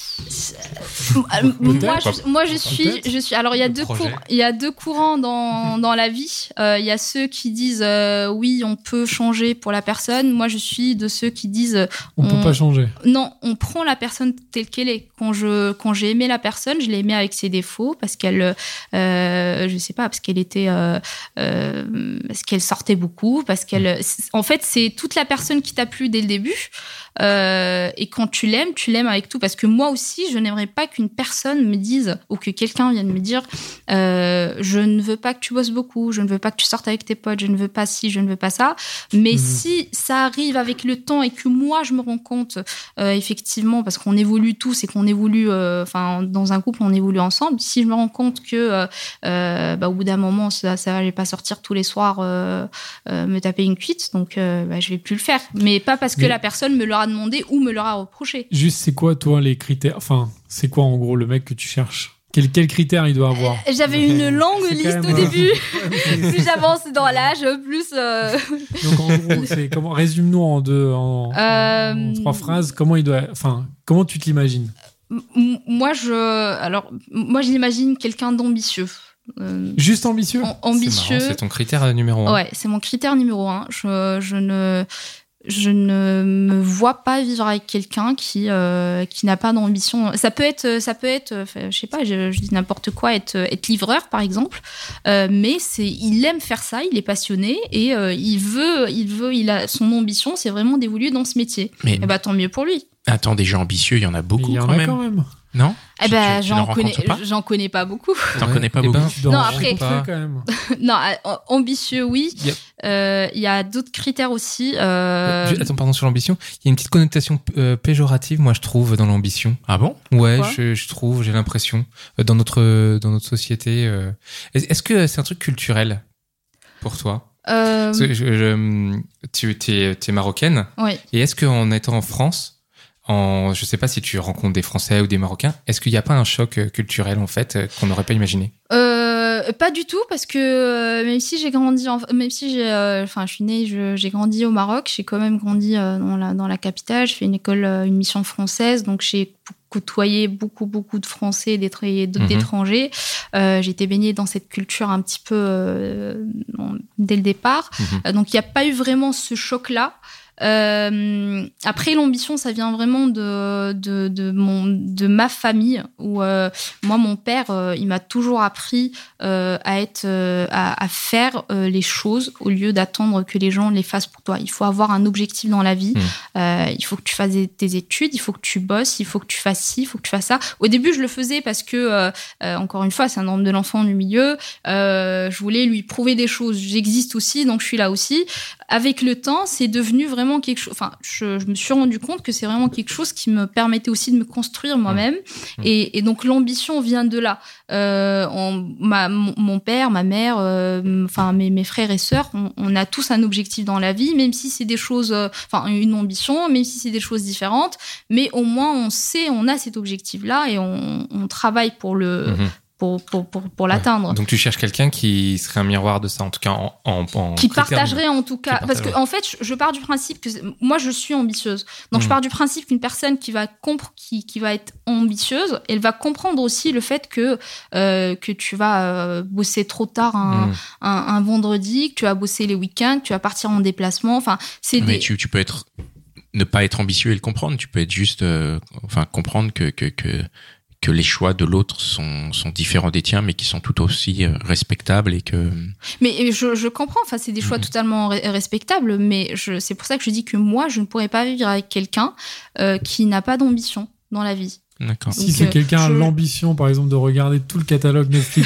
moi, je, moi je suis, je suis. Alors il y a deux courants, il y a deux courants dans dans la vie. Euh, il y a ceux qui disent euh, oui, on peut changer pour la personne. Moi, je suis de ceux qui disent on, on peut pas changer. Non, on prend la personne telle qu'elle est. Quand je quand j'ai aimé la personne, je l'ai aimée avec ses défauts parce qu'elle, euh, je sais pas, parce qu'elle était, euh, euh, parce qu'elle sortait beaucoup, parce qu'elle. En fait, c'est toute la personne qui t'a plu dès le début. Euh, et quand tu l'aimes, tu l'aimes avec tout. Parce que moi aussi, je n'aimerais pas qu'une personne me dise, ou que quelqu'un vienne me dire euh, je ne veux pas que tu bosses beaucoup, je ne veux pas que tu sortes avec tes potes, je ne veux pas ci, je ne veux pas ça. Mais mmh. si ça arrive avec le temps et que moi, je me rends compte, euh, effectivement, parce qu'on évolue tous et qu'on évolue, enfin, euh, dans un couple, on évolue ensemble. Si je me rends compte que, euh, bah, au bout d'un moment, ça, ça va, je vais pas sortir tous les soirs euh, euh, me taper une cuite, donc euh, bah, je vais plus le faire. Mais pas parce que mais... la personne me l'aura demandé ou me l'aura reproché. Juste, c'est quoi, toi, les critères? Enfin, c'est quoi, en gros, le mec que tu cherches? Quel, quel critère il doit avoir? euh, J'avais une longue liste au début. Plus j'avance dans l'âge, plus... Euh... Donc, en gros, c'est comment... résume-nous en deux, en, euh... en trois phrases. Comment il doit... Enfin, comment tu te l'imagines? M- moi, je... Alors, moi, je l'imagine quelqu'un d'ambitieux. Euh, Juste ambitieux? Ambitieux. C'est marrant, c'est ton critère numéro un. Ouais, c'est mon critère numéro un. Je, je ne... Je ne me vois pas vivre avec quelqu'un qui euh, qui n'a pas d'ambition. Ça peut être, ça peut être, enfin, je sais pas, je, je dis n'importe quoi, être être livreur par exemple. Euh, mais c'est, il aime faire ça, il est passionné et euh, il veut, il veut, il a son ambition, c'est vraiment d'évoluer dans ce métier. Mais et bah tant mieux pour lui. Attends, des gens ambitieux, il y en a beaucoup. Il y en quand a même. quand même. Non? Eh ben, tu, tu j'en connais, j'en connais pas beaucoup. T'en ouais. connais pas eh beaucoup. Ben, non, après, pas. Quand même. non, ambitieux, oui. Il yep. euh, y a d'autres critères aussi. Euh... Attends, pardon, sur l'ambition. Il y a une petite connotation euh, péjorative, moi, je trouve, dans l'ambition. Ah bon? Ouais, je, je trouve, j'ai l'impression, dans notre, dans notre société. Euh... Est-ce que c'est un truc culturel pour toi? Euh... Je, je, tu t'es, t'es marocaine. Oui. Et est-ce qu'en étant en France, en, je sais pas si tu rencontres des Français ou des Marocains, est-ce qu'il n'y a pas un choc culturel en fait qu'on n'aurait pas imaginé? Euh, pas du tout, parce que euh, même si j'ai grandi, en, même si j'ai, enfin, euh, je suis née, je, j'ai grandi au Maroc, j'ai quand même grandi euh, dans la dans la capitale. Je fais une école, euh, une mission française, donc j'ai côtoyé beaucoup beaucoup de Français, d'étrangers. Mmh. Euh, j'ai été baignée dans cette culture un petit peu euh, dès le départ, mmh. euh, donc il n'y a pas eu vraiment ce choc-là. Euh, après, l'ambition, ça vient vraiment de de de mon de ma famille où euh, moi, mon père, euh, il m'a toujours appris euh, à être euh, à, à faire euh, les choses au lieu d'attendre que les gens les fassent pour toi. Il faut avoir un objectif dans la vie. Mmh. Euh, il faut que tu fasses tes études, il faut que tu bosses, il faut que tu fasses ci, il faut que tu fasses ça. Au début, je le faisais parce que euh, euh, encore une fois, c'est un syndrome de l'enfant du milieu. Euh, je voulais lui prouver des choses. J'existe aussi, donc je suis là aussi. Avec le temps, c'est devenu vraiment quelque chose. Enfin, je, je me suis rendu compte que c'est vraiment quelque chose qui me permettait aussi de me construire moi-même. Mmh. Et, et donc l'ambition vient de là. Euh, on, ma, mon, mon père, ma mère, euh, enfin mes, mes frères et sœurs, on, on a tous un objectif dans la vie, même si c'est des choses, enfin euh, une ambition, même si c'est des choses différentes. Mais au moins on sait, on a cet objectif-là et on, on travaille pour le. Mmh. Pour, pour, pour, pour l'atteindre. Ouais. Donc tu cherches quelqu'un qui serait un miroir de ça, en tout cas en, en, en qui partagerait en tout cas, parce que en fait je pars du principe que moi je suis ambitieuse, donc mmh. je pars du principe qu'une personne qui va compre, qui qui va être ambitieuse, elle va comprendre aussi le fait que euh, que tu vas euh, bosser trop tard un, mmh. un, un vendredi, que tu vas bosser les week-ends, que tu vas partir en déplacement, enfin c'est mais des... tu tu peux être ne pas être ambitieux et le comprendre. Tu peux être juste, euh, enfin, comprendre que que que que les choix de l'autre sont sont différents des tiens, mais qui sont tout aussi euh, respectables et que. Mais je je comprends. Enfin, c'est des choix mmh. totalement re- respectables, mais je c'est pour ça que je dis que moi, je ne pourrais pas vivre avec quelqu'un euh, qui n'a pas d'ambition dans la vie. D'accord. Si c'est quelqu'un je... a l'ambition, par exemple, de regarder tout le catalogue Netflix,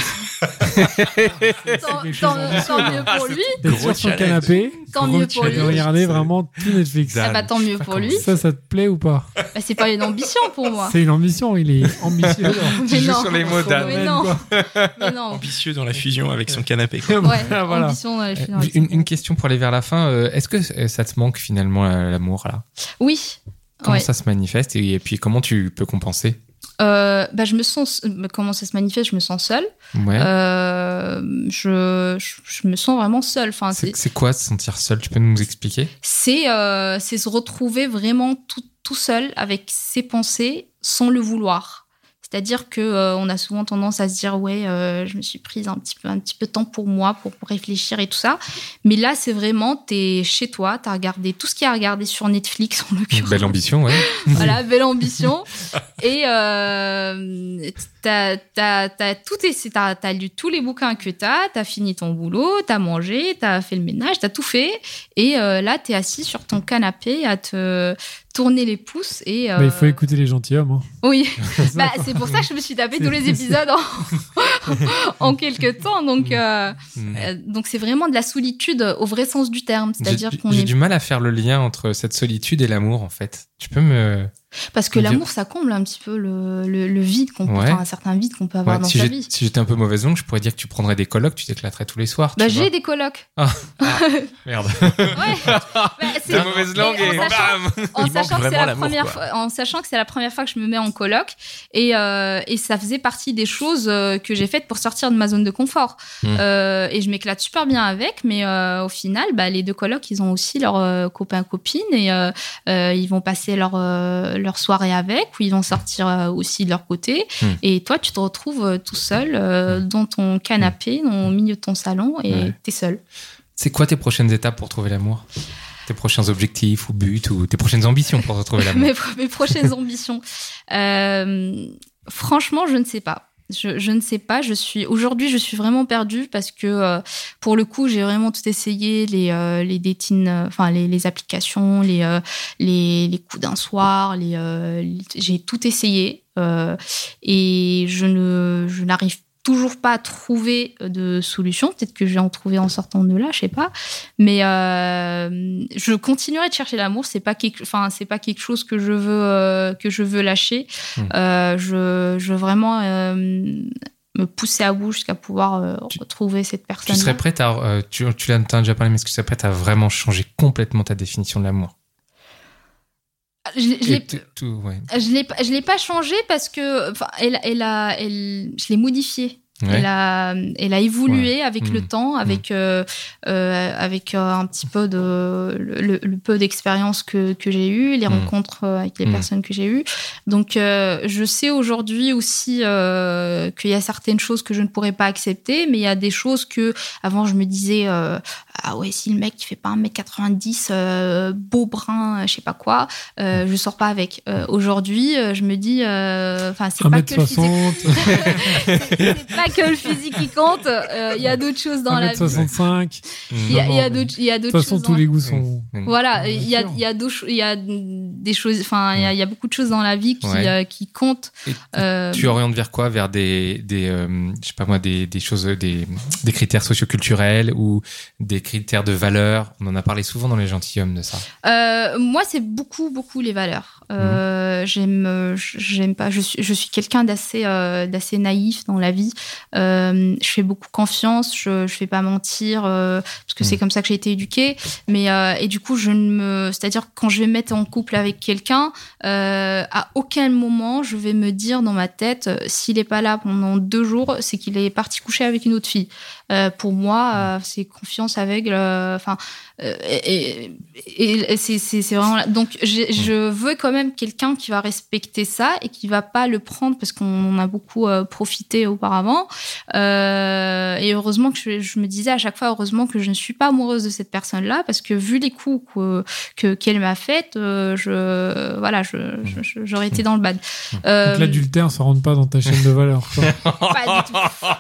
tant, tant, tant mieux pour lui. D'être sur son canapé, tant mieux pour lui. De regarder vraiment tout Netflix. Ah bah, tant mieux pour lui. Ça, ça te plaît ou pas? Bah, c'est pas une ambition pour moi. C'est une ambition, il est ambitieux. Mais non. Sur les mots d'Anne. Mais non. Mais non. Ambitieux dans la fusion avec son canapé. Ouais, voilà. Ambition dans la fusion. Une, une question pour aller vers la fin. Est-ce que ça te manque finalement l'amour là? Oui. Comment ouais. ça se manifeste et, et puis comment tu peux compenser? Euh, bah, je me sens. Comment ça se manifeste? Je me sens seule. Ouais. Euh, je, je, je me sens vraiment seule. Enfin, c'est, c'est, c'est quoi se sentir seule? Tu peux nous expliquer? C'est, euh, c'est se retrouver vraiment tout, tout seul avec ses pensées sans le vouloir. C'est-à-dire que euh, on a souvent tendance à se dire ouais, euh, je me suis prise un petit peu un petit peu de temps pour moi, pour, pour réfléchir et tout ça. Mais là, c'est vraiment t'es chez toi, t'as regardé tout ce qu'il y a à regarder sur Netflix en l'occurrence. Belle ambition, ouais. Voilà, belle ambition. Et euh, t'as t'as t'as tout essayé, t'as t'as lu tous les bouquins que t'as, t'as fini ton boulot, t'as mangé, t'as fait le ménage, t'as tout fait. Et euh, là, t'es assis sur ton canapé à te tourner les pouces et euh... bah, il faut écouter les gentilshommes hein. Oui bah, c'est pour ça que je me suis tapé tous les épisodes en, en quelques temps donc euh... mmh. euh, donc c'est vraiment de la solitude au vrai sens du terme, c'est-à-dire j'ai, qu'on j'ai est... du mal à faire le lien entre cette solitude et l'amour en fait. Tu peux me parce que l'amour, ça comble un petit peu le, le, le vide qu'on peut, ouais. enfin, un certain vide qu'on peut avoir ouais, dans si sa j'ai, vie. Si j'étais un peu mauvaise langue, je pourrais dire que tu prendrais des colocs, tu t'éclaterais tous les soirs. Bah, tu j'ai vois. des colocs. Ah, ah merde. Ouais. Bah, c'est la mauvaise langue et bam. En sachant, que c'est la première fois, en sachant que c'est la première fois que je me mets en coloc et, euh, et ça faisait partie des choses que j'ai faites pour sortir de ma zone de confort. Mmh. Euh, et je m'éclate super bien avec, mais euh, au final, bah, les deux colocs, ils ont aussi leurs euh, copains copines et euh, euh, ils vont passer leur euh, leur soirée avec. Où ils vont sortir aussi de leur côté. Mmh. Et toi, tu te retrouves tout seul euh, dans ton canapé, dans, au milieu de ton salon, et ouais. t'es seul. C'est quoi tes prochaines étapes pour trouver l'amour? Tes prochains objectifs ou buts ou tes prochaines ambitions pour retrouver l'amour? mes, mes prochaines ambitions. Euh, franchement, je ne sais pas. Je, je ne sais pas. Je suis aujourd'hui, je suis vraiment perdue parce que euh, pour le coup, j'ai vraiment tout essayé, les euh, les dating, enfin euh, les, les applications, les euh, les les coups d'un soir, les, euh, les j'ai tout essayé euh, et je ne je n'arrive toujours pas à trouver de solution. Peut-être que je vais en trouver en sortant de là, je sais pas. Mais euh, je continuerai de chercher l'amour. C'est pas quelque, enfin c'est pas quelque chose que je veux euh, que je veux lâcher. Mmh. Euh, je je veux vraiment euh, me pousser à bout jusqu'à pouvoir euh, tu, retrouver cette personne. Tu serais prête à euh, tu tu l'as déjà parlé, mais est-ce que tu serais prête à vraiment changer complètement ta définition de l'amour? Je, je, l'ai, tout, ouais. je, l'ai, je l'ai pas changé parce que elle, elle a, elle, je l'ai modifié. Ouais. Elle a, elle a évolué ouais. avec mmh. le temps, avec, mmh. euh, euh, avec euh, un petit peu de le, le peu d'expérience que que j'ai eu, les mmh. rencontres avec les mmh. personnes que j'ai eues. Donc, euh, je sais aujourd'hui aussi euh, qu'il y a certaines choses que je ne pourrais pas accepter, mais il y a des choses que avant je me disais euh, ah ouais, si le mec qui fait pas un mètre quatre-vingt-dix, euh, beau brun, je sais pas quoi, euh, je sors pas avec. Euh, aujourd'hui, je me dis, enfin euh, c'est pas que le physique. c'est, c'est pas que le physique qui compte. Il euh, y a d'autres choses dans la vie. un mètre soixante-cinq. Il y a, y a d'autres, il y a d'autres choses. De toute façon, tous les goûts sont. Voilà, il y a, il y a d'autres, il y a des choses. Enfin, il y a, il y a beaucoup de choses dans la vie qui, ouais. euh, qui comptent. Euh, tu orientes vers quoi? Vers des, des, euh, je sais pas moi, des, des choses, des, des critères socioculturels ou des critères de valeur? On en a parlé souvent dans les gentilshommes de ça. Euh, moi, c'est beaucoup, beaucoup les valeurs. Euh, mmh. J'aime, j'aime pas. Je suis, je suis quelqu'un d'assez, euh, d'assez naïf dans la vie. Euh, je fais beaucoup confiance. Je, je fais pas mentir euh, parce que mmh. c'est comme ça que j'ai été éduquée. Mais euh, et du coup, je ne me, c'est-à-dire quand je vais me mettre en couple avec quelqu'un, euh, à aucun moment je vais me dire dans ma tête, euh, s'il est pas là pendant deux jours, c'est qu'il est parti coucher avec une autre fille. Euh, pour moi, euh, c'est confiance aveugle. Enfin, euh, et, et, et c'est, c'est, c'est vraiment. Donc, je veux quand même même quelqu'un qui va respecter ça et qui va pas le prendre parce qu'on en a beaucoup euh, profité auparavant. Euh, et heureusement que je, je me disais à chaque fois, heureusement que je ne suis pas amoureuse de cette personne-là, parce que vu les coups que, que qu'elle m'a fait, euh, je voilà, je, je, je, j'aurais été dans le bad. Euh, Donc l'adultère, ça rentre pas dans ta chaîne de valeur. Quoi. Pas du tout.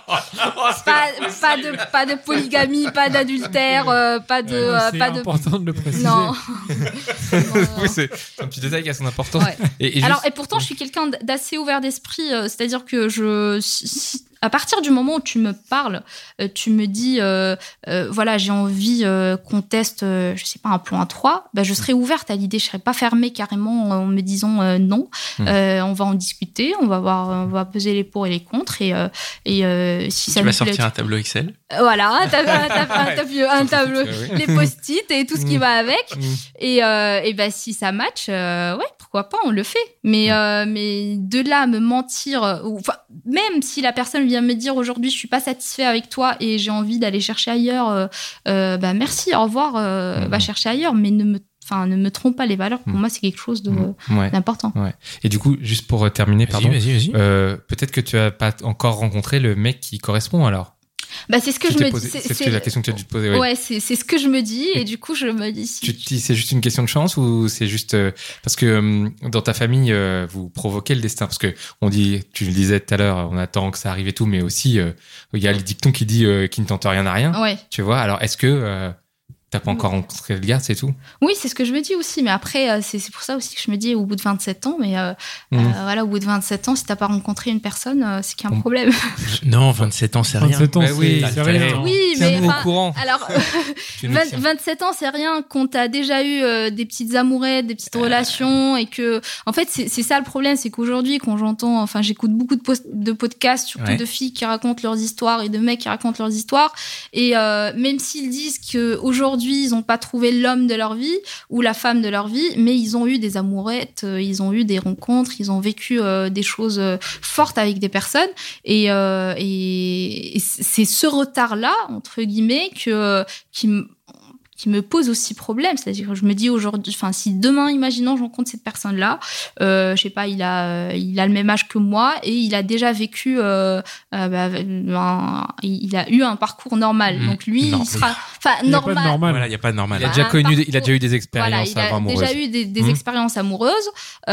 Pas, pas de pas de polygamie, pas d'adultère, euh, pas de Euh, euh, c'est pas de. important de le préciser. Non. Non, non. Oui, c'est un petit détail qui a son importance. Ouais. Et, et Alors, juste- et pourtant, je suis quelqu'un d'assez ouvert d'esprit, euh, c'est-à-dire que je, si- si- à partir du moment où tu me parles, euh, tu me dis, euh, euh, voilà, j'ai envie euh, qu'on teste, euh, je sais pas, un plan à trois, bah, je serais ouverte à l'idée, je serais pas fermée carrément en me disant euh, non. Mmh. Euh, on va en discuter, on va voir, on va peser les pour et les contre, et, euh, et euh, si ça Tu nous vas plaît- sortir un tableau Excel. Voilà, un tableau, un tableau, un tableau, un tableau, Oui. les post-it et tout ce qui Mmh. va avec. Mmh. Et, euh, et ben si ça match, euh, ouais, pourquoi pas, on le fait. Mais, euh, mais de là à me mentir, euh, ou enfin, même si la personne vient me dire aujourd'hui, je suis pas satisfait avec toi et j'ai envie d'aller chercher ailleurs, euh, euh, bah merci, au revoir, euh, Mhm. va chercher ailleurs, mais ne me, enfin, ne me trompe pas les valeurs. Pour Mhm. moi, c'est quelque chose de Ouais. d'important. Ouais. Et du coup, juste pour euh, terminer, pardon, Vas-y, vas-y, vas-y. euh, peut-être que tu as pas encore rencontré le mec qui correspond alors. Bah c'est ce que Tu je t'es me posé- dis. C'est ce que la question que tu as dû te poser. oui. Ouais, c'est c'est ce que je me dis et du coup je me dis. Si Tu te dis c'est juste une question de chance ou c'est juste euh, parce que euh, dans ta famille euh, vous provoquez le destin parce que on dit, tu le disais tout à l'heure, on attend que ça arrive et tout, mais aussi euh, il y a le dicton qui dit euh, qui ne tente rien à rien. Ouais. Tu vois, alors est-ce que euh, t'as pas encore rencontré le gars, c'est tout? Oui, c'est ce que je me dis aussi. Mais après, euh, c'est c'est pour ça aussi que je me dis au bout de vingt-sept ans, mais euh, Mhm. euh, voilà, au bout de vingt-sept ans, si t'as pas rencontré une personne, euh, c'est qu'il y a un Mhm. problème. Non, vingt-sept ans, c'est rien. vingt-sept ans, Bah c'est oui, c'est t'as rien. raison. Oui, mais Tiens-nous au enfin, courant. alors Tu nous vingt- tiens. vingt-sept ans, c'est rien quand t'as déjà eu euh, des petites amourettes, des petites relations et que, en fait, c'est c'est ça le problème, c'est qu'aujourd'hui, quand j'entends, enfin, j'écoute beaucoup de, post- de podcasts, surtout Ouais. de filles qui racontent leurs histoires et de mecs qui racontent leurs histoires, et euh, même s'ils disent que aujourd'hui ils ont pas trouvé l'homme de leur vie ou la femme de leur vie, mais ils ont eu des amourettes, euh, ils ont eu des rencontres, ils ont vécu euh, des choses euh, fortes avec des personnes, et, euh, et, et c'est ce retard-là entre guillemets que qui me qui me pose aussi problème, c'est-à-dire que je me dis aujourd'hui, enfin si demain, imaginons, je rencontre cette personne-là, euh, je sais pas, il a, euh, il a le même âge que moi et il a déjà vécu, euh, euh, bah, un- il a eu un parcours normal, Mmh. donc lui, Non, il sera, enfin Il n'y a pas de normal. normal. Voilà, il n'y a pas de normal. Il a Bah, déjà un connu, des- il a parcours- déjà eu des Voilà, expériences il a amoureuses. déjà eu des, des Mmh. expériences amoureuses.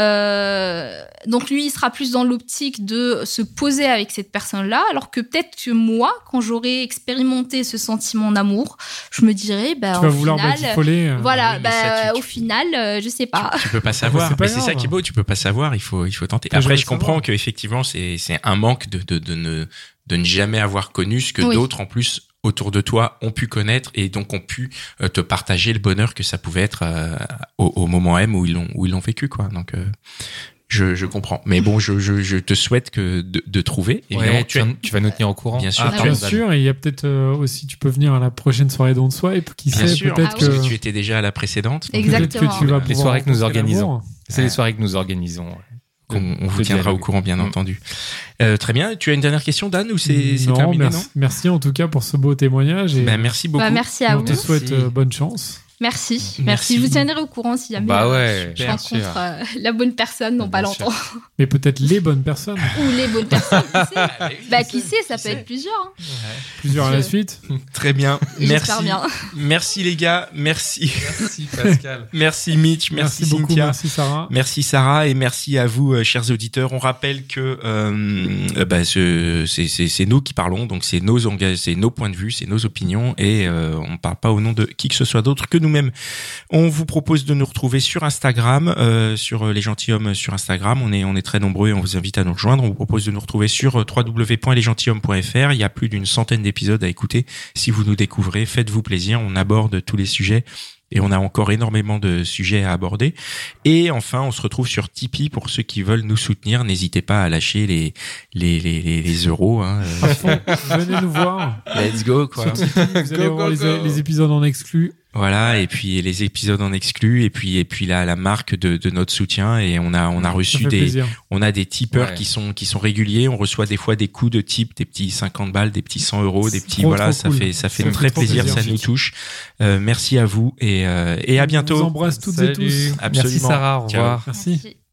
Euh, donc lui, il sera plus dans l'optique de se poser avec cette personne-là, alors que peut-être que moi, quand j'aurais expérimenté ce sentiment d'amour, je me dirais, bah, Tu au vas vouloir final, batifoler. euh, voilà, oui, mais ça, bah, tu- au final, euh, je sais pas. Tu peux pas savoir. C'est pas Mais c'est ça grave. qui est beau, tu peux pas savoir, il faut, il faut tenter. Faut Après, jamais je comprends savoir. qu'effectivement, c'est, c'est un manque de, de, de ne, de ne jamais avoir connu ce que Oui. d'autres, en plus, autour de toi, ont pu connaître et donc ont pu euh, te partager le bonheur que ça pouvait être euh, au, au moment M où ils l'ont, où ils l'ont vécu, quoi. Donc, euh, je, je comprends. Mais bon, je, je, je te souhaite que de, de trouver. Évidemment, Ouais, tu tu, es- tu vas nous tenir au courant. Bien sûr, Ah, tu pardon, Bien Dan. sûr, et il y a peut-être euh, aussi, tu peux venir à la prochaine soirée Don't Swipe, qui Bien sait, sûr, peut-être Ah parce que, que tu étais déjà à la précédente. donc, Exact. peut-être que tu vas Les pouvoir soirées que nous rencontrer organisons. l'amour. C'est les soirées que nous organisons. On, on vous Le tiendra dialogue. au courant, bien Mm. entendu. Euh, très bien. Tu as une dernière question, Dan, ou c'est, c'est non, terminé, merci, non merci en tout cas pour ce beau témoignage. Et Ben, merci beaucoup. Bah, merci à on vous. te souhaite Merci. euh, bonne chance. Merci. Merci. Merci. Je vous tiendrai au courant si jamais Bah euh, ouais, je bien sûr. rencontre euh, la bonne personne dans pas Bien sûr. longtemps. Mais peut-être les bonnes personnes. Ou les bonnes personnes, qui sait. Bah, qui sait, ça Qui peut sait. être plusieurs. hein. Plusieurs à la Je- suite. Très bien. Merci. J'espère bien. Merci les gars. Merci. Merci Pascal. Merci Mitch. Merci, Merci beaucoup. Cynthia. Merci Sarah. Merci Sarah et merci à vous, euh, chers auditeurs. On rappelle que euh, euh, bah, ce- c'est, c'est, c'est nous qui parlons, donc c'est nos enga- c'est nos points de vue, c'est nos opinions et euh, on ne parle pas au nom de qui que ce soit d'autre que nous-mêmes. On vous propose de nous retrouver sur Instagram, euh, sur les gentilshommes sur Instagram. On est on est très nombreux et on vous invite à nous rejoindre. On vous propose de nous retrouver sur w w w point les gentilshommes point f r. Il y a plus d'une centaine d'épisodes à écouter. Si vous nous découvrez, faites-vous plaisir. On aborde tous les sujets. Et on a encore énormément de sujets à aborder. Et enfin, on se retrouve sur Tipeee pour ceux qui veulent nous soutenir. N'hésitez pas à lâcher les les les les, les euros. Hein. Venez nous voir. Let's go quoi. Sur Tipeee, vous allez Go, avoir go, les, go. les épisodes en exclu Voilà, et puis les épisodes en exclus, et puis et puis la la marque de de notre soutien, et on a on a reçu des plaisir. on a des tipeurs Ouais. qui sont qui sont réguliers. On reçoit des fois des coups de type, des petits cinquante balles, des petits cent euros, des C'est petits trop, voilà, trop ça cool. fait ça fait Ça me très fait trop plaisir, plaisir. ça nous touche. Euh, merci à vous et euh, et à On bientôt. vous embrasse toutes Salut. et tous. Absolument. Merci Sarah, au Ciao. revoir. Merci. Merci.